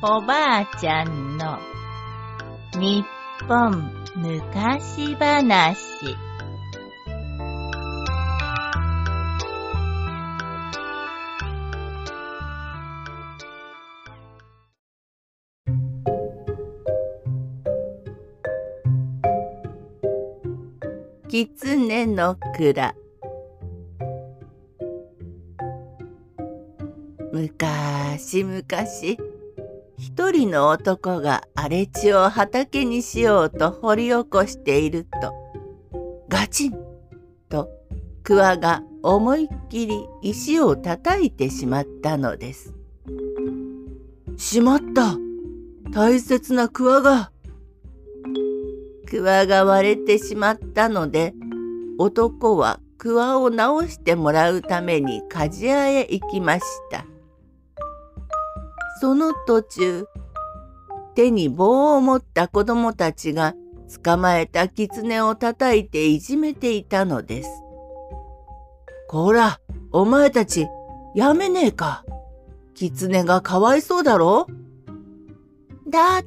おばあちゃんの日本昔話。狐の蔵。むかしむかし、一人の男が荒れ地を畑にしようと掘り起こしていると、ガチンと桑が思いっきり石を叩いてしまったのです。しまった、大切な桑が。桑が割れてしまったので、男は桑を直してもらうために鍛冶屋へ行きました。その途中、手に棒を持った子供たちが捕まえた狐を叩いていじめていたのです。こら、お前たち、やめねえか。狐がかわいそうだろ。だって、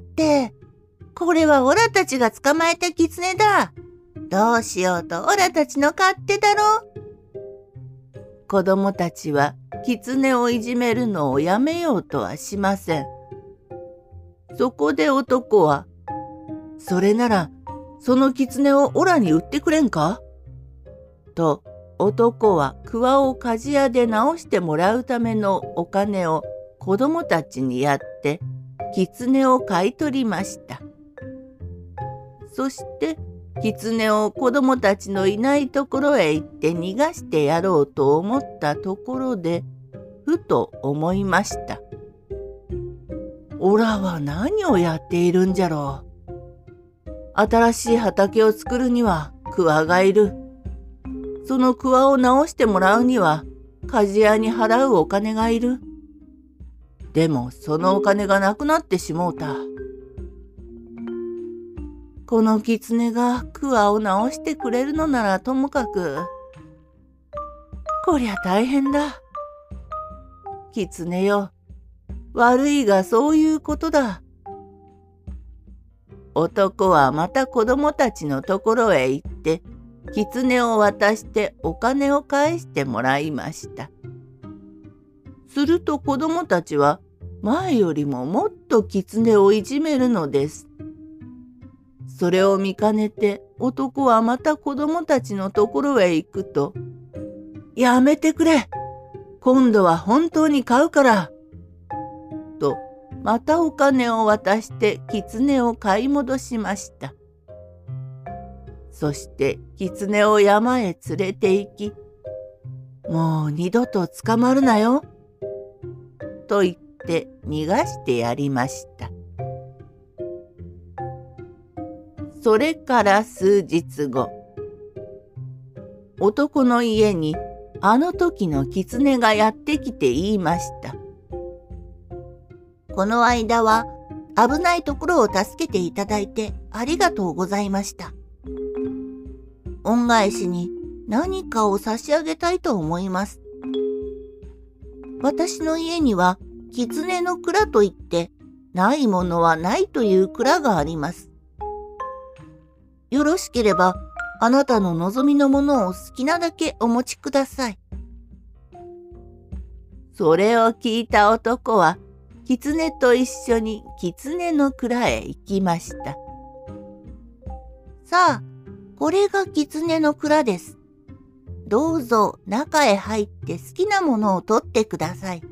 これはオラたちが捕まえた狐だ。どうしようとオラたちの勝手だろ。子供たちは狐をいじめるのをやめようとはしません。そこで男は、それならその狐をオラに売ってくれんかと、男は桑を鍛冶屋で直してもらうためのお金を子供たちにやって狐を買い取りました。そして狐を子供たちのいないところへ行って逃がしてやろうと思ったところで、ふと思いました。おらは何をやっているんじゃろう。新しい畑を作るには桑がいる。その桑を直してもらうには鍛冶屋に払うお金がいる。でもそのお金がなくなってしもうた。この狐が桑を直してくれるのならともかく。こりゃ大変だ。狐よ、悪いがそういうことだ。男はまた子供たちのところへ行って、狐を渡してお金を返してもらいました。すると子供たちは前よりももっと狐をいじめるのです。それを見かねて男はまた子供たちのところへ行くと、やめてくれ、今度は本当に買うから、とまたお金を渡して狐を買い戻しました。そして狐を山へ連れて行き、もう二度と捕まるなよ、と言って逃がしてやりました。それから数日後、男の家にあの時の狐がやってきて言いました。この間は危ないところを助けていただいてありがとうございました。恩返しに何かを差し上げたいと思います。私の家には狐の蔵といってないものはないという蔵があります。よろしければあなたの望みのものを好きなだけお持ちください。それを聞いた男は狐と一緒に狐の蔵へ行きました。さあ、これが狐の蔵です。どうぞ中へ入って好きなものを取ってください。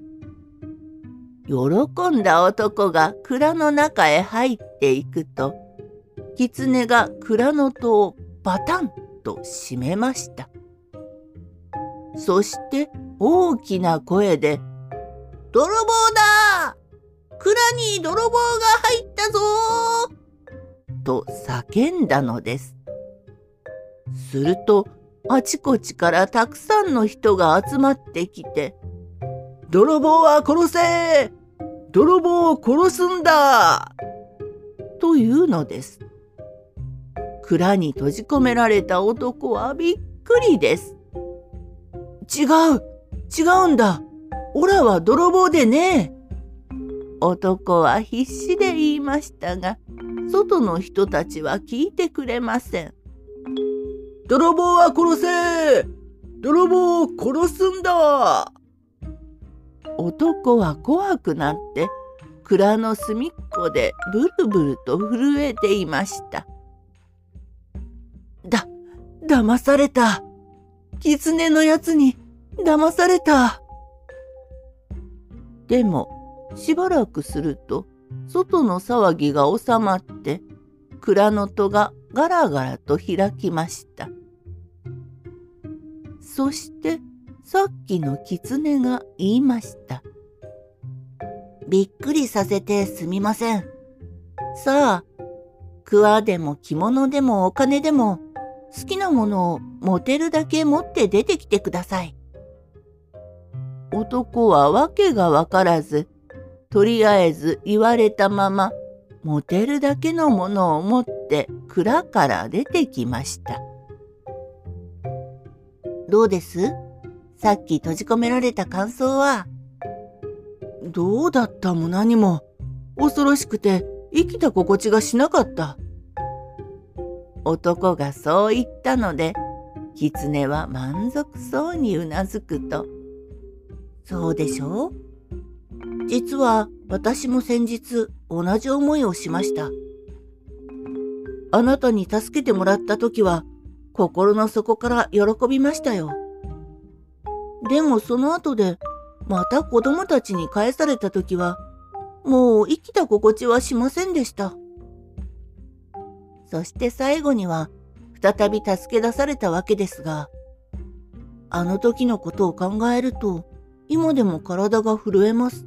喜んだ男が蔵の中へ入っていくと、狐が蔵の戸をバタンと閉めました。そして大きな声で、泥棒だ！蔵に泥棒が入ったぞー！と叫んだのです。するとあちこちからたくさんの人が集まってきて、泥棒は殺せ！泥棒を殺すんだ！というのです。蔵に閉じ込められた男はびっくりです。違うんだ。オラは泥棒でねえ。 男は必死で言いましたが、外の人たちは聞いてくれません。泥棒は殺せ！泥棒を殺すんだ！男は怖くなって蔵の隅っこでブルブルと震えていました。騙された。狐のやつに騙された。でもしばらくすると外の騒ぎが収まって蔵の戸がガラガラと開きました。そしてさっきの狐が言いました。びっくりさせてすみません。さあ、桑でも着物でもお金でも好きなものを持てるだけ持って出てきてください。男はわけがわからず、とりあえず言われたまま持てるだけのものを持って蔵から出てきました。どうです？さっき閉じ込められた感想は。どうだったも何も、恐ろしくて生きた心地がしなかった。男がそう言ったので、狐は満足そうにうなずくと、そうでしょう？実は私も先日同じ思いをしました。あなたに助けてもらった時は心の底から喜びましたよ。でもその後でまた子供たちに返された時はもう生きた心地はしませんでした。そして最後には再び助け出されたわけですが、あの時のことを考えると今でも体が震えます。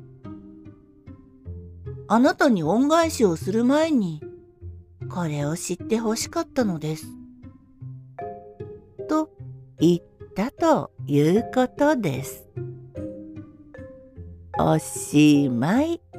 あなたに恩返しをする前にこれを知ってほしかったのです。と言ったということです。おしまい。